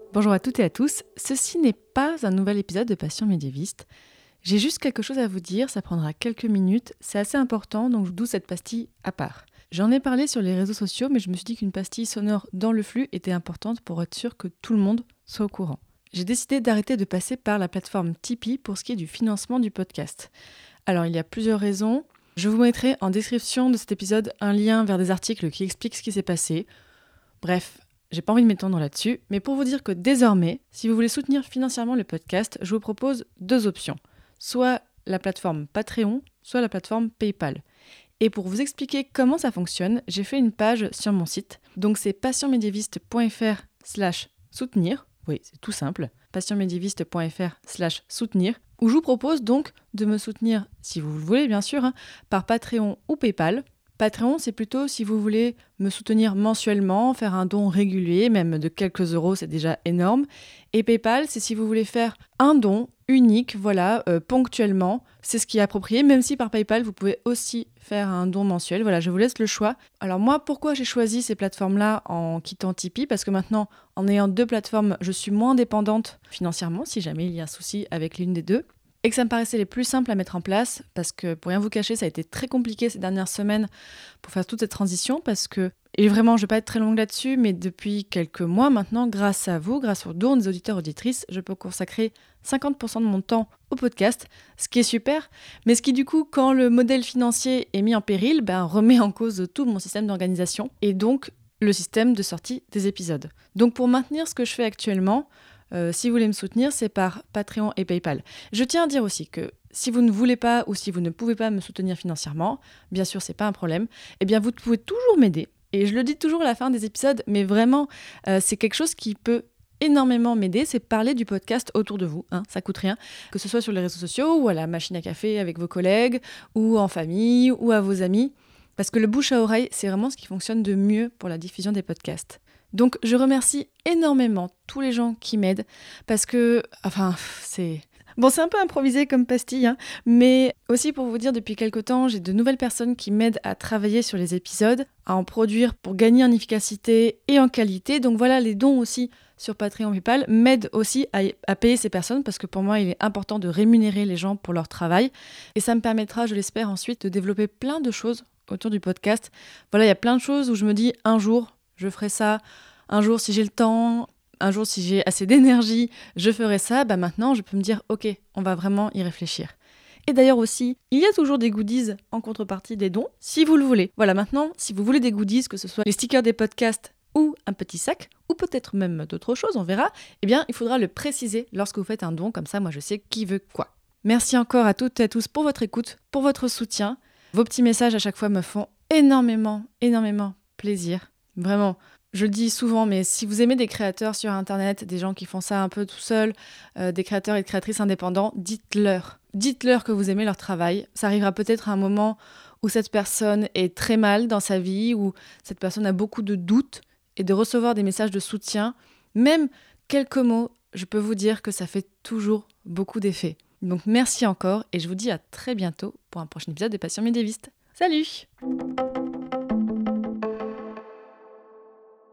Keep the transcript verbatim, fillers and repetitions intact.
Bonjour à toutes et à tous, ceci n'est pas un nouvel épisode de Passion médiéviste. J'ai juste quelque chose à vous dire, ça prendra quelques minutes, c'est assez important, donc d'où cette pastille à part. J'en ai parlé sur les réseaux sociaux, mais je me suis dit qu'une pastille sonore dans le flux était importante pour être sûr que tout le monde soit au courant. J'ai décidé d'arrêter de passer par la plateforme Tipeee pour ce qui est du financement du podcast. Alors il y a plusieurs raisons. Je vous mettrai en description de cet épisode un lien vers des articles qui expliquent ce qui s'est passé. Bref, j'ai pas envie de m'étendre là-dessus, mais pour vous dire que désormais, si vous voulez soutenir financièrement le podcast, je vous propose deux options. Soit la plateforme Patreon, soit la plateforme PayPal. Et pour vous expliquer comment ça fonctionne, j'ai fait une page sur mon site. Donc c'est passionmédiéviste.fr slash soutenir. Oui, c'est tout simple. passionmédiéviste.fr slash soutenir. Où je vous propose donc de me soutenir, si vous le voulez bien sûr, hein, par Patreon ou PayPal. Patreon, c'est plutôt si vous voulez me soutenir mensuellement, faire un don régulier, même de quelques euros, c'est déjà énorme. Et PayPal, c'est si vous voulez faire un don unique, voilà, euh, ponctuellement. C'est ce qui est approprié, même si par PayPal, vous pouvez aussi faire un don mensuel. Voilà, je vous laisse le choix. Alors moi, pourquoi j'ai choisi ces plateformes-là en quittant Tipeee ? Parce que maintenant, en ayant deux plateformes, je suis moins dépendante financièrement, si jamais il y a un souci avec l'une des deux. Et que ça me paraissait les plus simples à mettre en place, parce que pour rien vous cacher, ça a été très compliqué ces dernières semaines pour faire toute cette transition, parce que, et vraiment je ne vais pas être très longue là-dessus, mais depuis quelques mois maintenant, grâce à vous, grâce aux dons des auditeurs auditrices, je peux consacrer cinquante pour cent de mon temps au podcast, ce qui est super, mais ce qui du coup, quand le modèle financier est mis en péril, ben, remet en cause tout mon système d'organisation, et donc le système de sortie des épisodes. Donc pour maintenir ce que je fais actuellement, Euh, si vous voulez me soutenir, c'est par Patreon et PayPal. Je tiens à dire aussi que si vous ne voulez pas ou si vous ne pouvez pas me soutenir financièrement, bien sûr, c'est pas un problème, eh bien vous pouvez toujours m'aider. Et je le dis toujours à la fin des épisodes, mais vraiment, euh, c'est quelque chose qui peut énormément m'aider, c'est parler du podcast autour de vous, hein, ça coûte rien, que ce soit sur les réseaux sociaux ou à la machine à café avec vos collègues ou en famille ou à vos amis, parce que le bouche à oreille, c'est vraiment ce qui fonctionne de mieux pour la diffusion des podcasts. Donc je remercie énormément tous les gens qui m'aident parce que, enfin, c'est... Bon, c'est un peu improvisé comme pastille, hein, mais aussi pour vous dire, depuis quelque temps, j'ai de nouvelles personnes qui m'aident à travailler sur les épisodes, à en produire pour gagner en efficacité et en qualité. Donc voilà, les dons aussi sur Patreon et PayPal m'aident aussi à, à payer ces personnes parce que pour moi, il est important de rémunérer les gens pour leur travail. Et ça me permettra, je l'espère, ensuite de développer plein de choses autour du podcast. Voilà, il y a plein de choses où je me dis, un jour, je ferai ça, un jour si j'ai le temps, un jour si j'ai assez d'énergie, je ferai ça. Bah maintenant, je peux me dire, ok, on va vraiment y réfléchir. Et d'ailleurs aussi, il y a toujours des goodies en contrepartie des dons, si vous le voulez. Voilà, maintenant, si vous voulez des goodies, que ce soit les stickers des podcasts ou un petit sac, ou peut-être même d'autres choses, on verra, eh bien, il faudra le préciser lorsque vous faites un don, comme ça, moi, je sais qui veut quoi. Merci encore à toutes et à tous pour votre écoute, pour votre soutien. Vos petits messages à chaque fois me font énormément, énormément plaisir. Vraiment. Je le dis souvent, mais si vous aimez des créateurs sur Internet, des gens qui font ça un peu tout seuls, euh, des créateurs et des créatrices indépendants, dites-leur. Dites-leur que vous aimez leur travail. Ça arrivera peut-être à un moment où cette personne est très mal dans sa vie, où cette personne a beaucoup de doutes, et de recevoir des messages de soutien, même quelques mots, je peux vous dire que ça fait toujours beaucoup d'effet. Donc merci encore, et je vous dis à très bientôt pour un prochain épisode des Passions médiévistes. Salut!